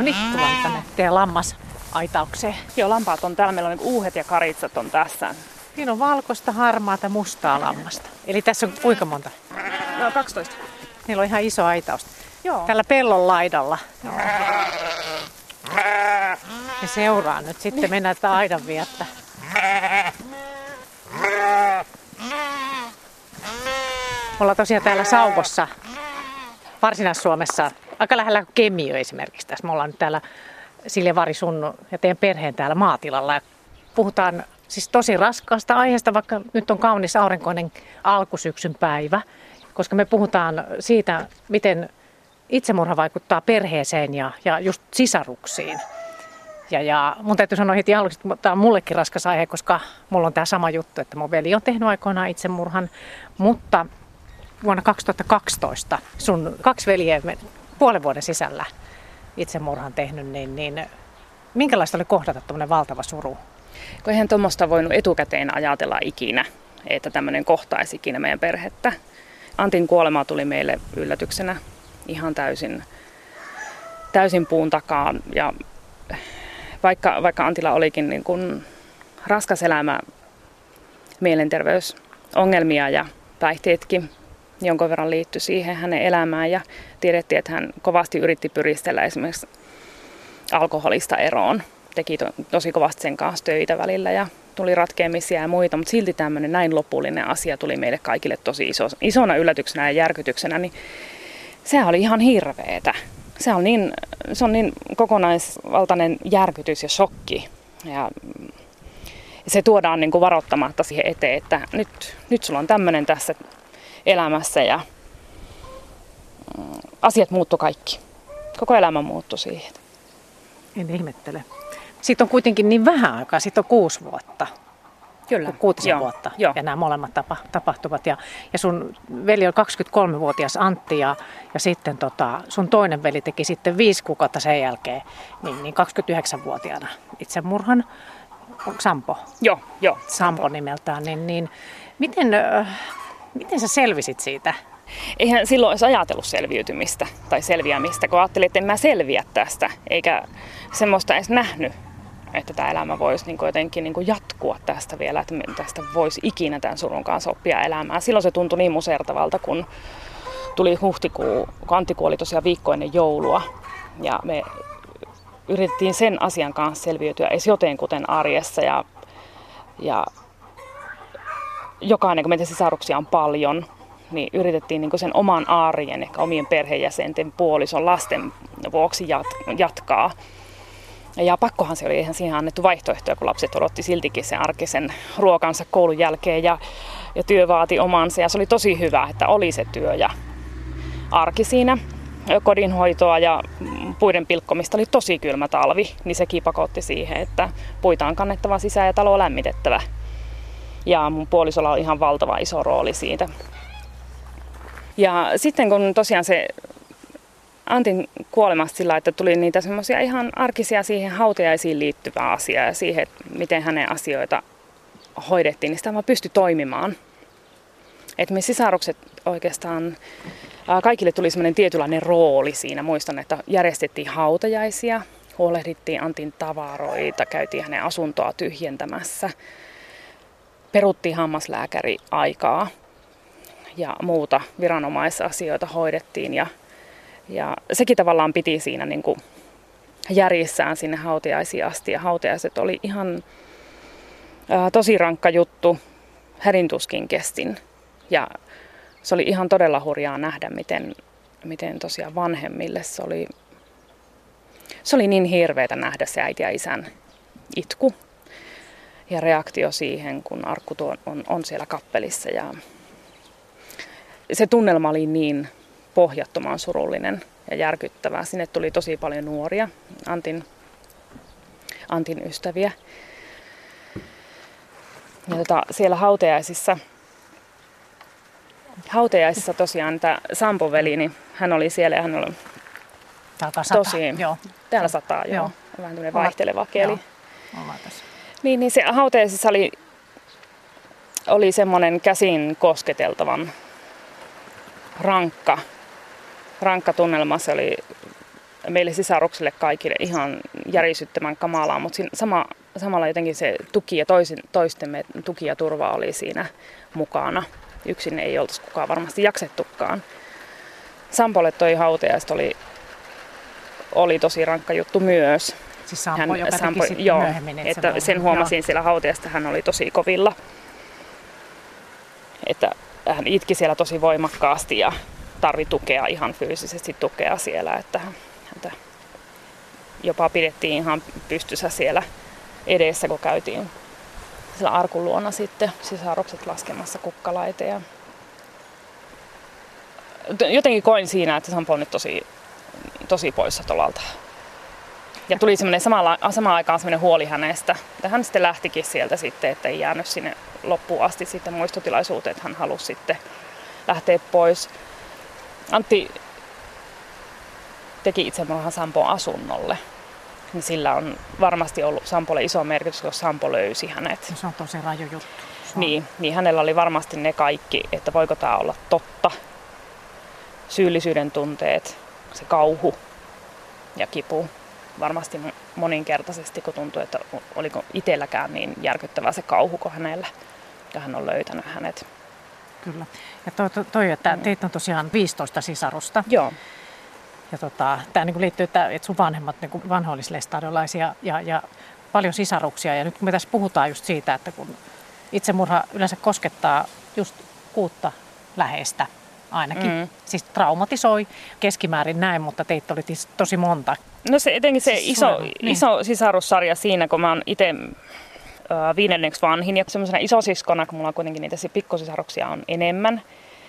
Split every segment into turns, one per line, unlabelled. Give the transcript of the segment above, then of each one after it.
niin, tullaan tänne teidän lammasaitaukseen.
Joo, lampaat on täällä. Meillä on uuhet ja karitsat on tässä.
Siinä on valkoista, harmaata, mustaa lammasta. Eli tässä on kuinka monta?
No 12.
Niillä on ihan iso aitaus.
Joo.
Tällä pellon laidalla. Ja seuraa nyt sitten mennään tätä aidan viettää. Me ollaan tosiaan täällä Sauvossa, Varsinais-Suomessa, aika lähellä Kemiö esimerkiksi tässä. Me ollaan nyt täällä Silja Vari sun ja teidän perheen täällä maatilalla. Ja puhutaan siis tosi raskaasta aiheesta, vaikka nyt on kaunis aurinkoinen alkusyksyn päivä, koska me puhutaan siitä, miten itsemurha vaikuttaa perheeseen ja just sisaruksiin. Ja mun täytyy sanoa heti aluksi, että tämä on mullekin raskas aihe, koska mulla on tämä sama juttu, että mun veli on tehnyt aikoinaan itsemurhan, mutta vuonna 2012 sun 2 veljeä puolen vuoden sisällä itsemurhan tehnyt, niin minkälaista oli kohdata tämmöinen valtava suru?
Kun eihän tuommoista voinut etukäteen ajatella ikinä, että tämmöinen kohtaisi ikinä meidän perhettä. Antin kuolema tuli meille yllätyksenä ihan täysin puun takaa. Ja vaikka Antilla olikin niin kuin raskas elämä, mielenterveysongelmia ja päihteetkin jonkun verran liittyi siihen hänen elämään. Ja tiedettiin, että hän kovasti yritti pyristellä esimerkiksi alkoholista eroon. Teki tosi kovasti sen kanssa töitä välillä ja tuli ratkeamisia ja muita, mutta silti tämmöinen näin lopullinen asia tuli meille kaikille tosi isona yllätyksenä ja järkytyksenä, niin sehän oli ihan hirveetä. Se on niin kokonaisvaltainen järkytys ja shokki. Ja se tuodaan niin kuin varoittamatta siihen eteen, että nyt sulla on tämmöinen tässä elämässä ja asiat muuttu kaikki. Koko elämä muuttui siihen.
En ihmettele. Siitä on kuitenkin niin vähän aikaa, siitä on 6 vuotta.
Kyllä.
6 vuotta.
Joo.
Ja nämä molemmat tapahtuvat. Ja sun veli on 23-vuotias Antti ja sitten sun toinen veli teki sitten 5 kuukautta sen jälkeen, niin 29-vuotiaana itsemurhan. Sampo?
Joo.
Sampo nimeltään. Niin miten sä selvisit siitä?
Eihän silloin olisi ajatellut selviytymistä tai selviämistä, kun ajattelin, että en mä selviä tästä, eikä semmoista edes nähnyt, että tämä elämä voisi jotenkin jatkua tästä vielä, että tästä voisi ikinä tämän surun kanssa oppia elämään. Silloin se tuntui niin musertavalta, kun tuli huhtikuu, kun Antti kuoli tosiaan viikko ennen joulua, ja me yritettiin sen asian kanssa selviytyä edes jotenkuten arjessa, ja jokainen, kun meitä sisaruksia on paljon, niin yritettiin niin sen oman arjen, ehkä omien perheenjäsenten, puolison, lasten vuoksi jatkaa. Ja pakkohan se oli, eihän siihen annettu vaihtoehtoja, kun lapset odotti siltikin sen arkisen ruokansa koulun jälkeen ja työ vaati omansa. Ja se oli tosi hyvä, että oli se työ ja arki siinä. Kodinhoitoa ja puiden pilkkomista oli tosi kylmä talvi, niin sekin pakotti siihen, että puita on kannettava sisään ja talo on lämmitettävä. Ja mun puolisolla on ihan valtava iso rooli siitä. Ja sitten kun tosiaan se Antin kuolemasta sillä, että tuli niitä semmoisia ihan arkisia siihen hautajaisiin liittyvää asiaa ja siihen, että miten hänen asioita hoidettiin, niin sitä vaan pystyi toimimaan. Että me sisarukset oikeastaan, kaikille tuli semmoinen tietynlainen rooli siinä. Muistan, että järjestettiin hautajaisia, huolehdittiin Antin tavaroita, käytiin hänen asuntoa tyhjentämässä, peruttiin hammaslääkäriaikaa ja muuta viranomaisasioita hoidettiin. Ja sekin tavallaan piti siinä niin kuin järjissään sinne hautajaisiin asti. Ja hautajaiset oli ihan tosi rankka juttu. Hädintuskin kestin. Ja se oli ihan todella hurjaa nähdä, miten tosiaan vanhemmille se oli niin hirveätä nähdä se äiti ja isän itku. Ja reaktio siihen, kun arkku on siellä kappelissa. Ja se tunnelma oli niin pohjattoman surullinen ja järkyttävää. Sinne tuli tosi paljon nuoria, Antin ystäviä. Ja siellä hautajaisissa tosiaan tämä Sampon veli, niin hän oli siellä ja hän oli täällä sataa, joo. Vähän tämmöinen vaihteleva keli. Niin se hautajaisissa oli semmoinen käsin kosketeltavan rankka tunnelma. Se oli meille sisaruksille kaikille ihan järisyttävän kamalaa, mutta samalla jotenkin se tuki ja toistemme tuki ja turva oli siinä mukana. Yksin ei oltaisi kukaan varmasti jaksettukaan. Sampolle toi hautajaista oli tosi rankka juttu myös.
Siis Sampo, joka teki sitten myöhemmin.
Että sen huomasin siellä hautajaista, hän oli tosi kovilla. Että hän itki siellä tosi voimakkaasti ja tarvi tukea, ihan fyysisesti tukea siellä. Että häntä jopa pidettiin ihan pystyssä siellä edessä, kun käytiin siellä arkun luona sitten sisarukset laskemassa kukkalaiteja. Jotenkin koin siinä, että Sampo on nyt tosi poissa tolalta. Ja tuli samaan aikaan semmoinen huoli hänestä. Ja hän sitten lähtikin sieltä sitten, että ei jäänyt sinne loppuun asti sitten muistotilaisuuteen, että hän halusi sitten lähteä pois. Antti teki itsemurhan Sampon asunnolle. Niin sillä on varmasti ollut Sampolle iso merkitys, jos Sampo löysi hänet.
Se on tosi raju juttu.
Niin hänellä oli varmasti ne kaikki, että voiko tämä olla totta. Syyllisyyden tunteet, se kauhu ja kipu. Varmasti moninkertaisesti, kun tuntui, että oliko itselläkään niin järkyttävää se kauhu kuin hänellä, ja hän on löytänyt hänet.
Kyllä. Ja toi että teitä on tosiaan 15 sisarusta.
Joo.
Ja tämä niin liittyy, että sun vanhemmat niin vanhoillislestadiolaisia ja paljon sisaruksia. Ja nyt kun me tässä puhutaan just siitä, että kun itsemurha yleensä koskettaa just 6 läheistä ainakin. Siis traumatisoi keskimäärin näin, mutta teitä oli tosi monta.
No se etenkin se iso sisarussarja siinä, kun mä oon itse 5. vanhin ja semmoisena isosiskona, kun mulla on kuitenkin niitä pikkusisaruksia on enemmän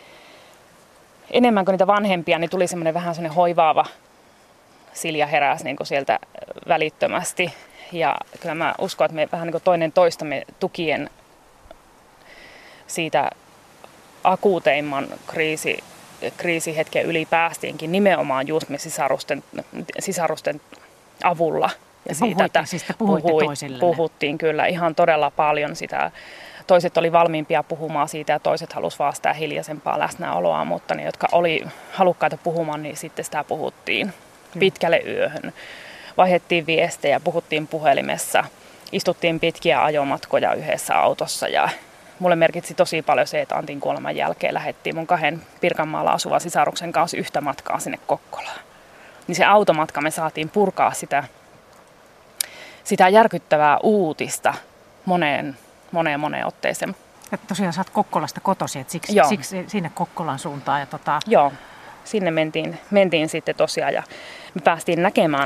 kuin niitä vanhempia, niin tuli semmoinen vähän semmoinen hoivaava Silja heräsi niin kuin sieltä välittömästi. Ja kyllä mä uskon, että me vähän niin kuin toinen toistamme tukien siitä akuuteimman kriisihetken yli päästiinkin nimenomaan just me sisarusten avulla.
Ja siitä, että siis
puhuttiin kyllä ihan todella paljon sitä. Toiset oli valmiimpia puhumaan siitä ja toiset halusivat vaan sitä hiljaisempaa läsnäoloa, mutta ne, jotka oli halukkaita puhumaan, niin sitten sitä puhuttiin pitkälle yöhön. Vaihdettiin viestejä, puhuttiin puhelimessa, istuttiin pitkiä ajomatkoja yhdessä autossa ja mulle merkitsi tosi paljon se, että Antin kuoleman jälkeen lähdettiin mun 2 Pirkanmaalla asuvan sisaruksen kanssa yhtä matkaa sinne Kokkolaan. Niin se automatka me saatiin purkaa sitä järkyttävää uutista moneen otteeseen.
Ja tosiaan sä oot Kokkolasta kotoisin, että siksi sinne Kokkolan suuntaan. Ja
Joo, sinne mentiin sitten tosiaan ja me päästiin näkemään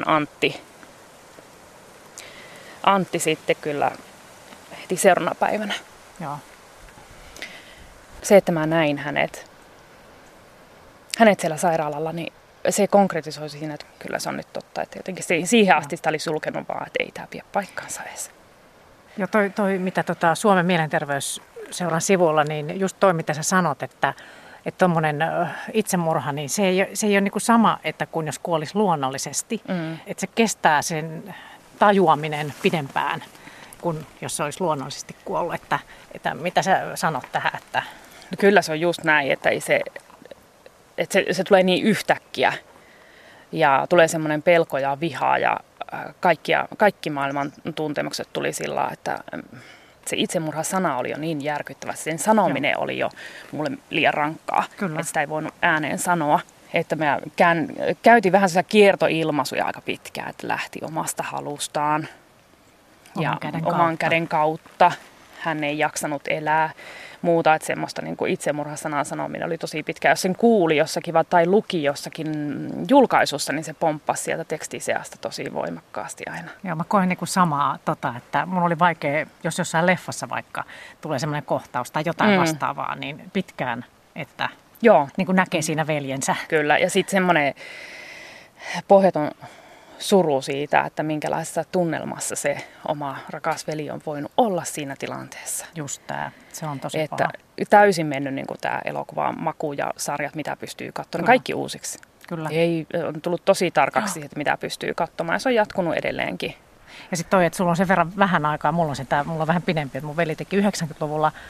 Antti sitten kyllä heti seuraavana päivänä.
Joo.
Se, että mä näin hänet siellä sairaalalla, niin se konkretisoi siinä, että kyllä se on nyt totta. Että jotenkin siihen asti sitä oli sulkenut vaan, että ei tämä pidä paikkaansa edes.
Ja toi mitä Suomen mielenterveysseuran sivuilla, niin just toi, mitä sä sanot, että tommonen itsemurha, niin se ei ole niinku sama, että kun jos kuolisi luonnollisesti, että se kestää sen tajuaminen pidempään kuin jos se olisi luonnollisesti kuollut. Että mitä sä sanot tähän? Että
no kyllä se on just näin, että se tulee niin yhtäkkiä ja tulee semmoinen pelko ja viha ja kaikki maailman tuntemukset tuli sillä, että se itsemurha-sana oli jo niin järkyttävä. Sen sanominen oli jo mulle liian rankkaa, että sitä ei voinut ääneen sanoa. Että me käytiin vähän sellaisia kiertoilmaisuja aika pitkään, että lähti omasta halustaan ja oman käden kautta. Hän ei jaksanut elää muuta, että semmoista niin kuin itsemurhasanan sanominen oli tosi pitkä. Jos sen kuuli jossakin tai luki jossakin julkaisussa, niin se pomppasi sieltä tekstiseasta tosi voimakkaasti aina.
Joo, mä koin niin kuin samaa, että mun oli vaikea, jos jossain leffassa vaikka tulee semmoinen kohtaus tai jotain vastaavaa, niin pitkään, että niin kuin näkee siinä veljensä.
Kyllä, ja sitten semmoinen pohjaton suru siitä, että minkälaisessa tunnelmassa se oma rakas veli on voinut olla siinä tilanteessa.
Just tämä, se on tosi paha.
Täysin mennyt niin kuin tämä elokuvan maku ja sarjat, mitä pystyy katsomaan, kaikki uusiksi.
Kyllä.
Ei, on tullut tosi tarkaksi, että mitä pystyy katsomaan ja se on jatkunut edelleenkin.
Ja sitten toi, että sulla on sen verran vähän aikaa, mulla on vähän pidempi, että mun veli teki 90-luvulla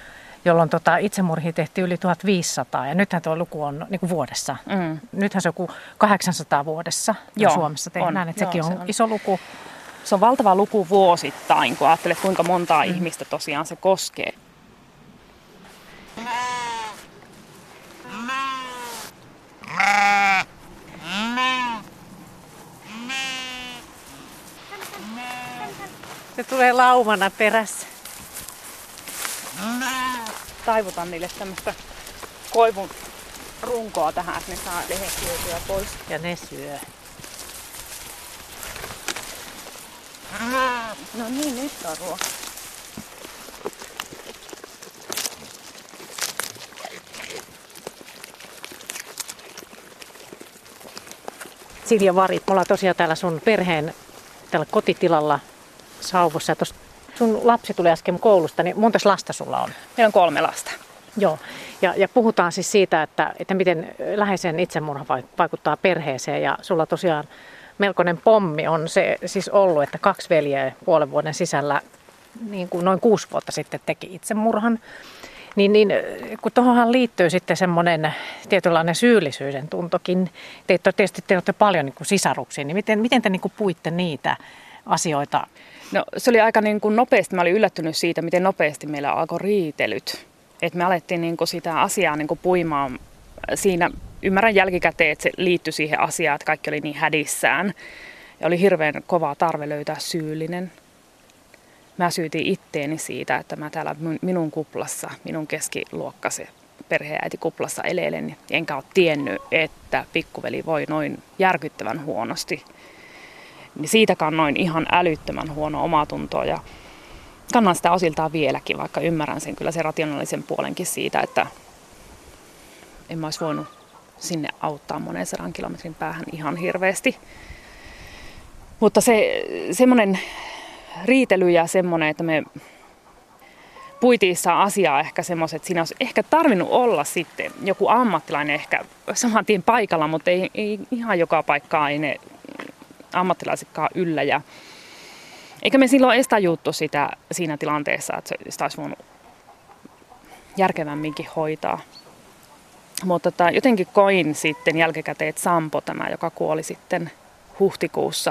jolloin itsemurhia tehtiin yli 1500 ja nythän tuo luku on niin kuin vuodessa. Nythän se on joku 800 vuodessa Suomessa tehdään, että sekin on iso luku.
Se on valtava luku vuosittain, kun ajattelet kuinka montaa ihmistä tosiaan se koskee.
Se tulee laumana perässä.
Taivutan niille tämmöistä koivun runkoa tähän, että ne saa lehesyötyä pois.
Ja ne syö.
No niin, nyt on ruoka.
Silja Vari, me ollaan tosiaan täällä sun perheen tällä kotitilalla Sauvossa. Ja sun lapsi tuli äsken koulusta, niin montas lasta sulla on?
Meillä on 3 lasta.
Joo, ja puhutaan siis siitä, että miten läheisen itsemurha vaikuttaa perheeseen. Ja sulla tosiaan melkoinen pommi on se siis ollut, että 2 veljeä puolen vuoden sisällä niin kuin noin 6 vuotta sitten teki itsemurhan. Niin kun tuohonhan liittyy sitten semmoinen tietynlainen syyllisyyden tuntokin. Tietysti te olette paljon niin kuin sisaruksia, niin miten te niin kuin puitte niitä asioita?
No se oli aika niin kuin nopeasti. Mä olin yllättynyt siitä, miten nopeasti meillä alkoi riitelyt. Että me alettiin niin kuin sitä asiaa niin kuin puimaan siinä. Ymmärrän jälkikäteen, että se liittyi siihen asiaan, että kaikki oli niin hädissään. Ja oli hirveän kova tarve löytää syyllinen. Mä syytin itteeni siitä, että mä täällä minun kuplassa, minun keskiluokkaisen perheenäiti kuplassa eleilen, enkä ole tiennyt, että pikkuveli voi noin järkyttävän huonosti. Niin siitä kannoin ihan älyttömän huono omatuntoa ja kannan sitä osiltaan vieläkin, vaikka ymmärrän sen kyllä sen rationaalisen puolenkin siitä, että en mä olisi voinut sinne auttaa monen 100 kilometrin päähän ihan hirveästi. Mutta semmoinen riitely ja semmoinen, että me puitiin sitä asiaa ehkä semmoiset, että siinä olisi ehkä tarvinnut olla sitten joku ammattilainen ehkä saman tien paikalla, mutta ei ihan joka paikkaa ei ne ammattilaisetkaan yllä. Ja eikä me silloin edes tajuttu sitä siinä tilanteessa, että sitä olisi voinut järkevämminkin hoitaa. Mutta jotenkin koin sitten jälkikäteen, että Sampo, tämä, joka kuoli sitten huhtikuussa,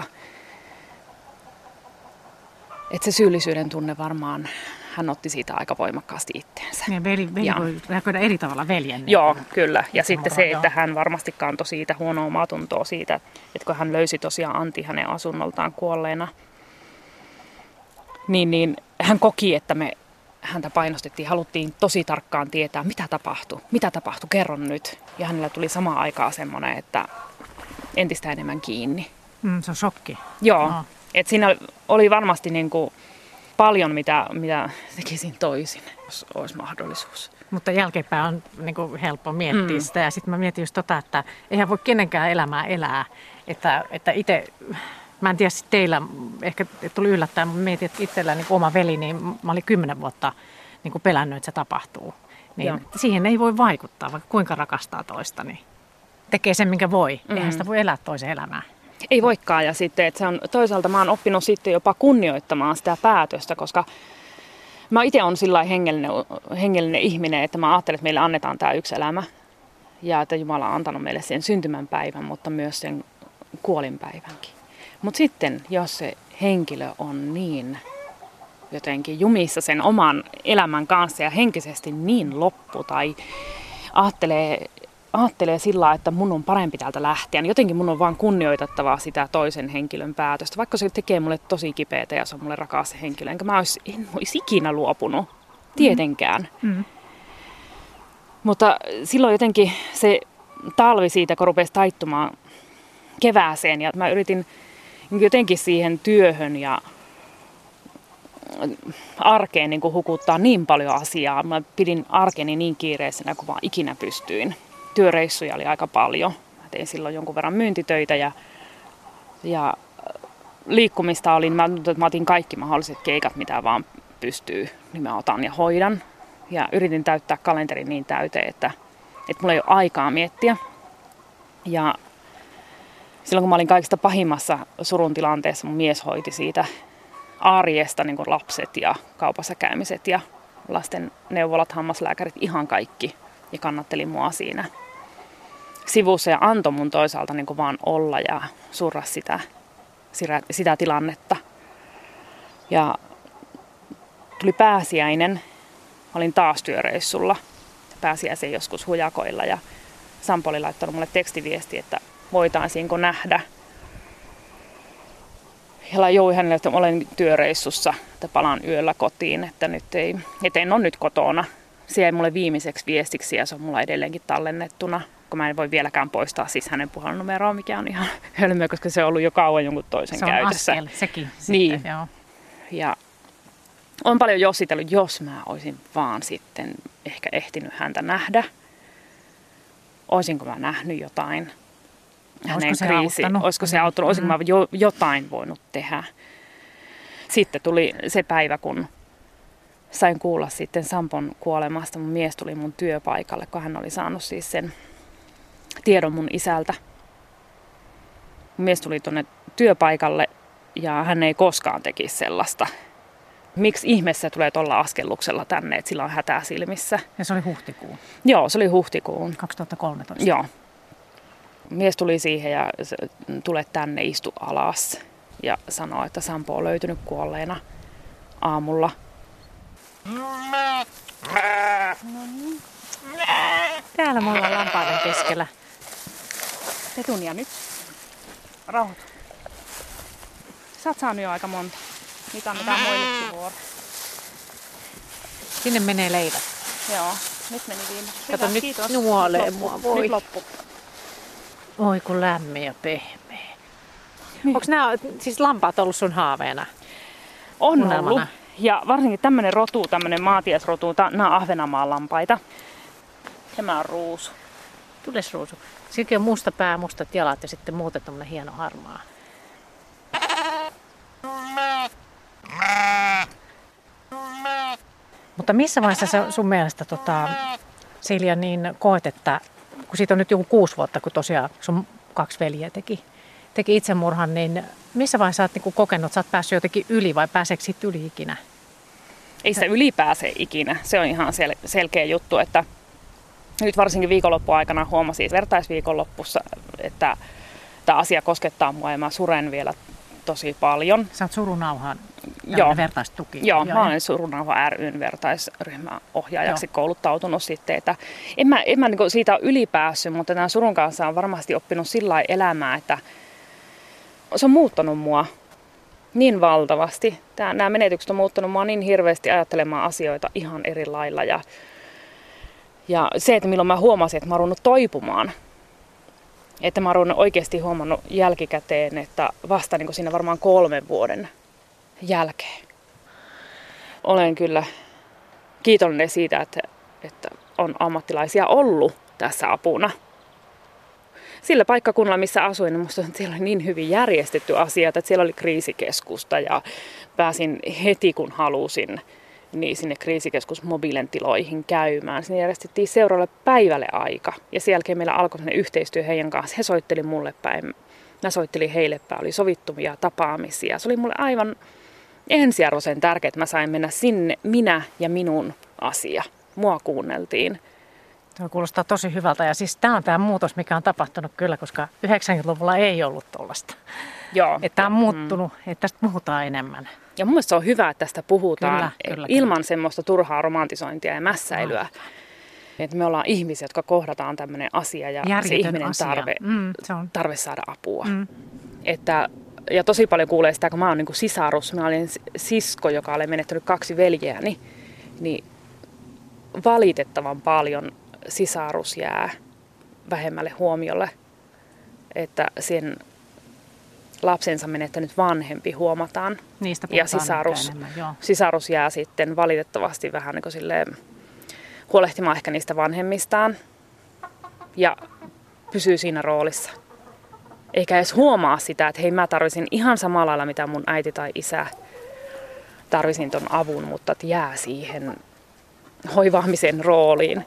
että se syyllisyyden tunne varmaan, hän otti siitä aika voimakkaasti itteensä.
Ja veli voi reagoida eri tavalla veljen.
Joo, kyllä. Ja sitten se, että hän varmasti kantoi siitä huonoa omatuntoa siitä, että kun hän löysi tosiaan Antti hänen asunnoltaan kuolleena, niin hän koki, että me häntä painostettiin, haluttiin tosi tarkkaan tietää, mitä tapahtui, kerro nyt. Ja hänellä tuli samaan aikaan semmoinen, että entistä enemmän kiinni.
Se on shokki.
Joo, että siinä oli varmasti niin kuin paljon, mitä tekisin toisin, jos olisi mahdollisuus.
Mutta jälkeenpäin on niin kuin helppo miettiä sitä. Ja sitten mä mietin just että eihän voi kenenkään elämää elää. Että itse, mä en tiedä sitten teillä, ehkä tuli yllättäen, mutta mietin, että itsellä niin kuin oma veli, niin mä olin 10 vuotta niin kuin pelännyt, että se tapahtuu. Niin siihen ei voi vaikuttaa, vaikka kuinka rakastaa toista, niin tekee sen, minkä voi. Eihän sitä voi elää toisen elämää.
Ei voikaan, ja sitten, että se on, toisaalta mä oon oppinut sitten jopa kunnioittamaan sitä päätöstä, koska mä itse on sillä hengellinen ihminen, että mä ajattelen, että meille annetaan tämä yksi elämä, ja että Jumala on antanut meille sen syntymäpäivän, mutta myös sen kuolinpäivänkin. Mutta sitten, jos se henkilö on niin jotenkin jumissa sen oman elämän kanssa ja henkisesti niin loppu tai ajattelee sillä, että mun on parempi täältä lähteä, niin jotenkin mun on vaan kunnioitettavaa sitä toisen henkilön päätöstä. Vaikka se tekee mulle tosi kipeätä ja se on mulle rakas se henkilö, enkä mä en olisi ikinä luopunut, tietenkään. Mutta silloin jotenkin se talvi siitä, kun rupesi taittumaan kevääseen, ja mä yritin jotenkin siihen työhön ja arkeen niin kuin hukuttaa niin paljon asiaa. Mä pidin arkeni niin kiireisenä kuin vaan ikinä pystyin. Työreissuja oli aika paljon. Mä tein silloin jonkun verran myyntitöitä ja liikkumista oli. Mä otin kaikki mahdolliset keikat, mitä vaan pystyy, niin mä otan ja hoidan. Ja yritin täyttää kalenterin niin täyteen, että mulla ei ole aikaa miettiä. Ja silloin kun mä olin kaikista pahimmassa surun tilanteessa, mun mies hoiti siitä arjesta niin kuin lapset ja kaupassa käymiset ja lasten neuvolat, hammaslääkärit, ihan kaikki. Ja kannatteli mua siinä sivussa ja antoi mun toisaalta niin kuin vaan olla ja surra sitä tilannetta. Ja tuli pääsiäinen. Mä olin taas työreissulla. Pääsiäisen joskus hujakoilla ja Sampo oli laittanut mulle tekstiviesti, että voitaisiinko nähdä. Ja jouin hänelle, että olen työreissussa, että palaan yöllä kotiin, että en ole nyt kotona. Se jäi mulle viimeiseksi viestiksi ja se on mulla edelleenkin tallennettuna, kun mä en voi vieläkään poistaa siis hänen puhelinnumeroa, mikä on ihan hölmöä, koska se on ollut jo kauan jonkun toisen käytössä.
Se on askel, sekin.
Niin.
Sitten, joo.
Ja olen paljon jossitellut, jos mä olisin vaan sitten ehkä ehtinyt häntä nähdä. Olisinko mä nähnyt jotain hänen kriisiin? Olisiko se auttanut? Olisinko mä jotain voinut tehdä? Sitten tuli se päivä, kun sain kuulla sitten Sampon kuolemasta. Mun mies tuli mun työpaikalle, kun hän oli saanut siis sen tiedon mun isältä. Mun mies tuli tuonne työpaikalle ja hän ei koskaan tekisi sellaista. Miksi ihmeessä tulee tuolla askelluksella tänne, että sillä on hätää silmissä?
Ja se oli huhtikuun.
Joo, se oli huhtikuun.
2013.
Joo. Mies tuli siihen ja tule tänne, istu alas ja sanoi, että Sampo on löytynyt kuolleena aamulla.
Täällä me ollaan lampaiden keskellä.
Petunia nyt. Rauhoitu. Sä oot saanut jo aika monta. Niitä annetaan muillekin vuoro.
Sinne menee leivät.
Joo, nyt meni viime.
Kato, nyt
kiitos.
nuolee mua. Voi.
Nyt loppu.
Oi kun lämmin ja pehmeä. Niin. Onko nämä siis lampaat ollut sun haaveena?
On
Unelmana?
ollut. Ja varsinkin tämmöinen rotu, tämmöinen maatiesrotu, nämä on Ahvenanmaan lampaita. Tämä on ruusu.
Tules ruusu. Silläkin on musta pää, mustat jalat ja sitten muuten tommonen hieno harmaa. Mutta missä vaiheessa sä sun mielestä Silja niin koet, että kun siitä on nyt joku 6 vuotta, kun tosiaan sun 2 veljeä teki itsemurhan, niin missä vaiheessa sä oot niin kokenut, että sä oot päässyt jotenkin yli vai pääseekö siitä yli ikinä?
Ei sitä yli pääse ikinä. Se on ihan selkeä juttu, että nyt varsinkin viikonloppuaikana huomasin vertaisviikonloppussa, että tämä asia koskettaa mua ja mä suren vielä tosi paljon.
Sä oot Surunauhan vertaistuki.
Joo, mä olen Surunauha ry:n vertaisryhmäohjaajaksi kouluttautunut sitten. Että en mä niin siitä ole ylipäässyt, mutta tämän surun kanssa on varmasti oppinut sillä lailla elämää, että se on muuttanut mua niin valtavasti. Nämä menetykset on muuttanut mua niin hirveästi ajattelemaan asioita ihan eri lailla. Ja se, että milloin mä huomasin, että mä oon ruvennut toipumaan. Että mä oon oikeasti huomannut jälkikäteen, että vasta niin siinä varmaan 3 vuoden jälkeen. Olen kyllä kiitollinen siitä, että on ammattilaisia ollut tässä apuna. Sillä paikkakunnalla, missä asuin, niin musta siellä oli niin hyvin järjestetty asiat, että siellä oli kriisikeskusta ja pääsin heti kun halusin niin sinne kriisikeskus mobiilen tiloihin käymään. Sinne järjestettiin seuraavalle päivälle aika ja sen jälkeen meillä alkoi yhteistyö heidän kanssa. He soitteli mulle päin, mä soittelin heille päin, oli sovittumia tapaamisia. Se oli mulle aivan ensiarvoisen tärkeää, että mä sain mennä sinne, minä ja minun asia. Mua kuunneltiin.
Tuo kuulostaa tosi hyvältä ja siis tämä on tämä muutos, mikä on tapahtunut kyllä, koska 90-luvulla ei ollut tuollaista.
Joo.
Että tämä on muuttunut, että tästä puhutaan enemmän.
Ja mun mielestä se on hyvä, että tästä puhutaan
kyllä,
ilman semmoista turhaa romantisointia ja mässäilyä. Että me ollaan ihmisiä, jotka kohdataan tämmöinen asia ja se ihminen tarve saada apua. Ja tosi paljon kuulee sitä, kun mä oon niin kuin sisarus. Mä olin sisko, joka oli menettänyt 2 veljeäni. Niin valitettavan paljon sisarus jää vähemmälle huomiolle. Että sen lapsensa menettänyt vanhempi huomataan.
Niistä
ja sisarus jää sitten valitettavasti vähän niin kuin silleen huolehtimaan ehkä niistä vanhemmistaan ja pysyy siinä roolissa. Eikä edes huomaa sitä, että hei, mä tarvisin ihan samalla lailla mitä mun äiti tai isä tarvisin ton avun, mutta että jää siihen hoivaamisen rooliin.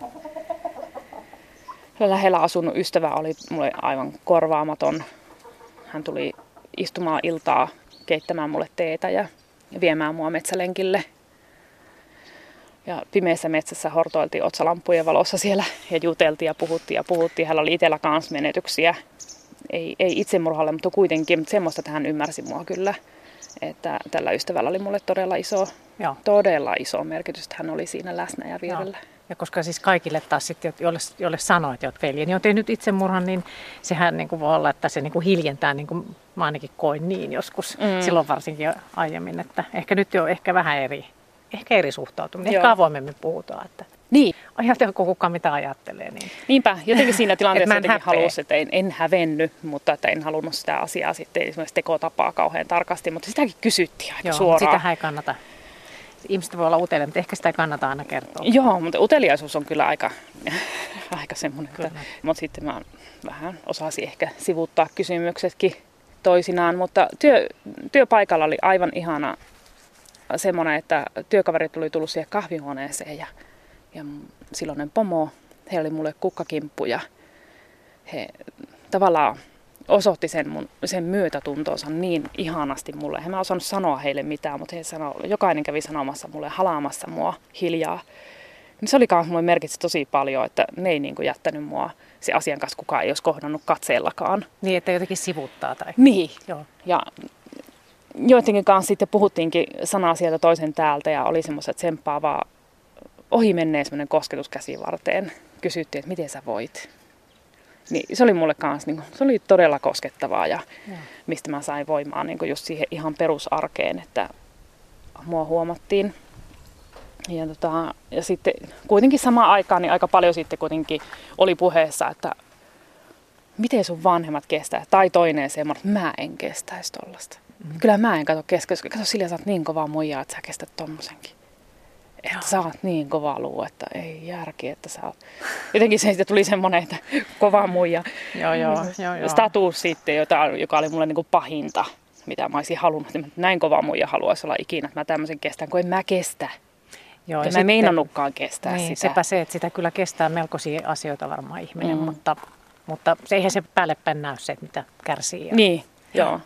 Lähellä asunut ystävä oli mulle aivan korvaamaton. Hän tuli istumaan iltaa, keittämään mulle teetä ja viemään mua metsälenkille. Ja pimeässä metsässä hortoiltiin otsalampujen valossa siellä ja juteltiin ja puhuttiin. Hänellä oli itsellä kans menetyksiä. Ei itsemurhalle, mutta kuitenkin. Mutta semmoista tähän ymmärsi mua kyllä. Että tällä ystävällä oli mulle todella iso merkitys, että hän oli siinä läsnä ja vierellä.
Joo. Ja koska siis kaikille taas sitten, jolle sanoo, että veljeni on tehnyt itsemurhan, niin sehän niin kuin voi olla, että se niin kuin hiljentää, niin kuin mä ainakin koin niin joskus, silloin varsinkin aiemmin, että ehkä nyt jo vähän eri suhtautuminen, ehkä avoimemmin puhutaan, että
niin.
Ajatelko kukaan mitä ajattelee. Niin.
Niinpä, jotenkin siinä tilanteessa jotenkin halusi, että en hävennyt, mutta että en halunnut sitä asiaa sitten esimerkiksi tekotapaa kauhean tarkasti, mutta sitäkin kysyttiin aika suoraan.
Sitähän ei kannata. Ihmiset voi olla uteliaita, mutta ehkä sitä ei kannata aina kertoa.
Joo, mutta uteliaisuus on kyllä aika semmoinen. Mutta sitten mä vähän osasin ehkä sivuuttaa kysymyksetkin toisinaan. Mutta työpaikalla oli aivan ihana semmoinen, että työkaverit oli tullut siihen kahvihuoneeseen ja silloinen pomo, he oli mulle kukkakimppu ja he tavallaan osoitti sen myötätuntonsa niin ihanasti mulle. En mä osannut sanoa heille mitään, mutta jokainen kävi sanomassa mulle, halaamassa mua hiljaa. Niin se oli myös mulle merkitsi tosi paljon, että ne ei niinku jättänyt mua se asian kanssa, kukaan ei olisi kohdannut katseellakaan.
Niin, että jotenkin sivuuttaa tai...
Niin, joo. Ja joidenkin kanssa sitten puhuttiinkin sanaa sieltä toisen täältä ja oli semmoista tsemppaavaa ohi menneen semmoinen kosketus käsivarteen. Kysyttiin, että miten sä voit. Niin se oli mulle kanssa, niin se oli todella koskettavaa ja mistä mä sain voimaa niin just siihen ihan perusarkeen, että mua huomattiin. Ja sitten kuitenkin samaan aikaan niin aika paljon sitten kuitenkin oli puheessa, että miten sun vanhemmat kestää. Tai toinen semmoinen, että mä en kestäisi tollasta. Kyllä mä en kato Silja, sä oot niin kova muija, että sä kestät tommosenkin. Että sä oot niin kova luu, että ei järki, että sä oot... Jotenkin se tuli semmoinen, että kova muija. Joo. Status sitten, joka oli mulle niin kuin pahinta, mitä mä olisin halunnut. Että näin kova muija haluaisi olla ikinä, että mä tämmöisen kestän, kun en mä kestä. Joo, ja mä en meinannutkaan kestää
niin,
sitä.
Sepä se, että sitä kyllä kestää melkoisia asioita varmaan ihminen, mutta se eihän se päällepäin näy se, että mitä kärsii.
Niin, joo.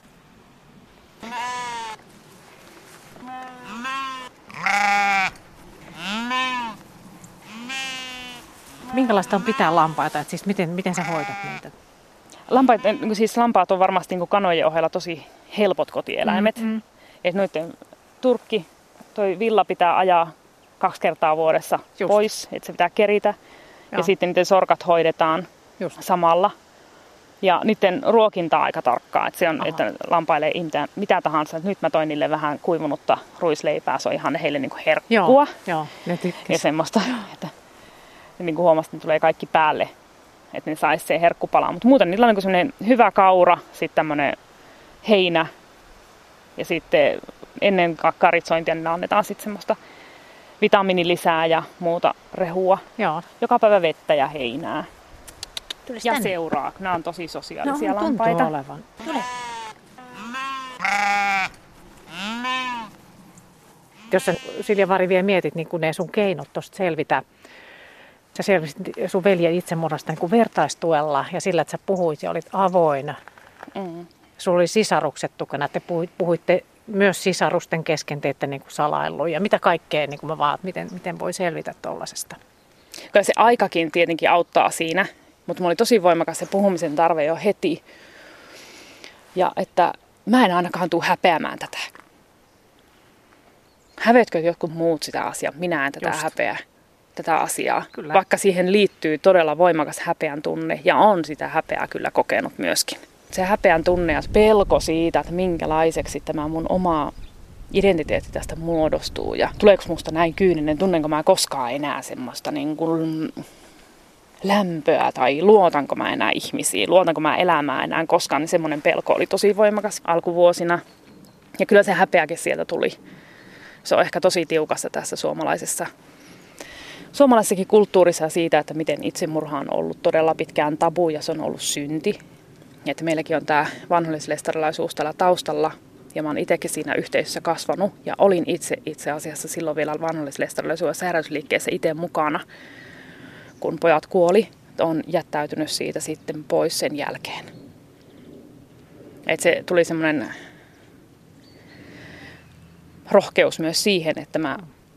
Minkälaista on pitää lampaita? Että siis miten sä hoidat niitä?
Lampaat on varmasti niin kanojen ohella tosi helpot kotieläimet. Et noiden turkki, toi villa pitää ajaa 2 kertaa vuodessa pois, että se pitää keritä. Joo. Ja sitten niiden sorkat hoidetaan samalla. Ja niiden ruokinta on aika tarkkaa, että se on, että lampaille ei mitä tahansa. Nyt mä toin niille vähän kuivunutta ruisleipää, se on ihan heille niin kuin herkkua.
Joo,
ja semmoista, että niin kuin huomasin, että tulee kaikki päälle, että ne saisi se herkkupalaa. Mutta muuten niillä on niin semmoinen hyvä kaura, sitten tämmöinen heinä ja sitten ennen karitsointia niin annetaan sitten semmoista vitamiinilisää ja muuta rehua.
Joo.
Joka päivä vettä ja heinää. Ja seuraa. Nämä on tosi sosiaalisia lampaita.
Tuntuu olevan. Tule. Jos sä, Silja Vari, vielä mietit niin kun ne sun keinot tuosta selvitä. Sä selvisit sun veljen itsemurhasta niin kuin vertaistuella ja sillä, että sä puhuit ja olit avoin. Sulla oli sisarukset tukana. Te puhuitte myös sisarusten kesken, teette niin kuin salailuja. Mitä kaikkea niin kuin miten voi selvitä tuollaisesta?
Kyllä se aikakin tietenkin auttaa siinä. Mutta mulla oli tosi voimakas se puhumisen tarve jo heti. Ja että mä en ainakaan tule häpeämään tätä. Hävetkö jotkut muut sitä asiaa? Minä en häpeä tätä asiaa. Kyllä. Vaikka siihen liittyy todella voimakas häpeän tunne. Ja on sitä häpeää kyllä kokenut myöskin. Se häpeän tunne ja pelko siitä, että minkälaiseksi tämä mun oma identiteetti tästä muodostuu. Ja tuleeko musta näin kyyninen? Tunnenko mä koskaan enää semmoista niin kuin lämpöä tai luotanko mä enää ihmisiin, luotanko mä elämään enää koskaan, niin semmoinen pelko oli tosi voimakas alkuvuosina. Ja kyllä se häpeäkin sieltä tuli. Se on ehkä tosi tiukassa tässä suomalaisessakin kulttuurissa siitä, että miten itsemurha on ollut todella pitkään tabu ja se on ollut synti. Ja että meilläkin on tämä vanhollislestarilaisuus täällä taustalla ja mä oon itsekin siinä yhteisössä kasvanut ja olin itse asiassa silloin vielä vanhollislestarilaisuudessa herätysliikkeessä itse mukana. Kun pojat kuoli, on jättäytynyt siitä sitten pois sen jälkeen. Että se tuli semmoinen rohkeus myös siihen, että mä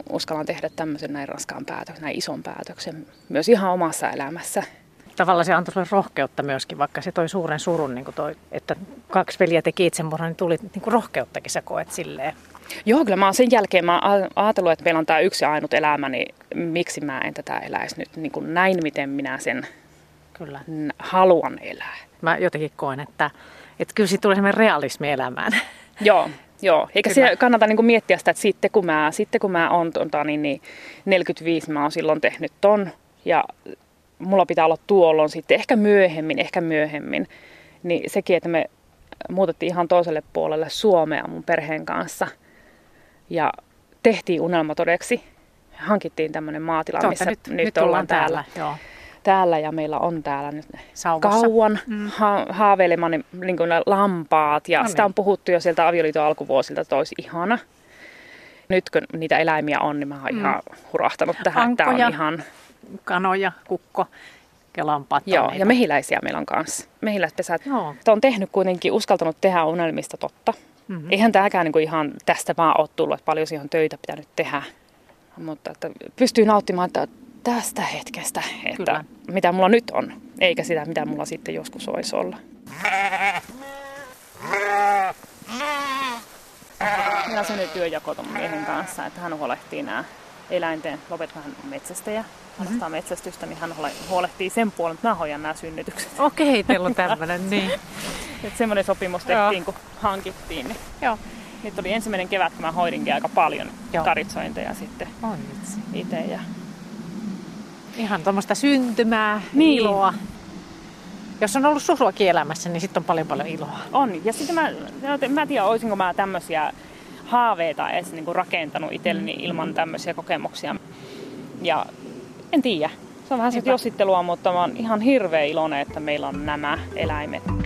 uskallan tehdä tämmöisen näin raskaan päätöksen, näin ison päätöksen myös ihan omassa elämässä.
Tavallaan se antoi sulle rohkeutta myöskin, vaikka se toi suuren surun, niin kuin toi, että 2 veljeä teki itsemurhan, niin tuli niin kuin rohkeuttakin sä koet silleen.
Joo, kyllä mä oon sen jälkeen ajatellut, että meillä on tämä yksi ainut elämä, niin miksi mä en tätä eläisi nyt niin kuin näin, miten minä sen
Kyllä.
haluan elää.
Mä jotenkin koen, että kyllä siitä tulee semmoinen realismi elämään.
Joo. Eikä siinä kannata niin kuin miettiä sitä, että sitten kun mä oon 45, mä oon silloin tehnyt ton ja mulla pitää olla tuolloin sitten ehkä myöhemmin. Niin sekin, että me muutettiin ihan toiselle puolelle Suomea mun perheen kanssa ja tehtiin unelma todeksi. Hankittiin tämmöinen maatila, missä nyt ollaan täällä. Joo. Täällä ja meillä on täällä nyt
Sauvassa.
Kauan haaveilemaan niin kuin lampaat ja sitä on puhuttu jo sieltä avioliiton alkuvuosilta, että olisi ihana. Nyt kun niitä eläimiä on, niin mä oon ihan hurahtanut tähän.
Ankkoja,
että on ihan
kanoja, kukko ja lampaat.
Joo, ja mehiläisiä meillä on kanssa. Mehiläispesät. On tehnyt kuitenkin, uskaltanut tehdä unelmista totta. Mm-hmm. Eihän tämäkään niin kuin ihan tästä vaan ole tullut, että paljon siihen on töitä pitänyt tehdä. Mutta että pystyy nauttimaan tästä hetkestä, että mitä mulla nyt on, eikä sitä, mitä mulla sitten joskus olisi olla. Meillä on sellainen työjako ton miehen kanssa, että hän huolehtii nämä eläinten, Lopet vähän metsästäjä, harrastaa metsästystä, niin hän huolehtii sen puolen, että mä hoidan nämä synnytykset.
Okei, teillä on tämmöinen, niin.
Että semmoinen sopimus tehtiin, kun hankittiin. Niin.
Joo.
Nyt oli ensimmäinen kevät, kun mä hoidinkin aika paljon karitsointeja sitten itse. Ja
ihan tuommoista syntymää, iloa. Jos on ollut suruakin elämässä, niin sitten on paljon iloa.
On. Ja sitten mä en tiedä, olisinko mä tämmöisiä haaveita edes niin kuin rakentanut itselleni ilman tämmöisiä kokemuksia. Ja en tiedä. Se on vähän jossittelua, mutta mä oon ihan hirveän iloinen, että meillä on nämä eläimet.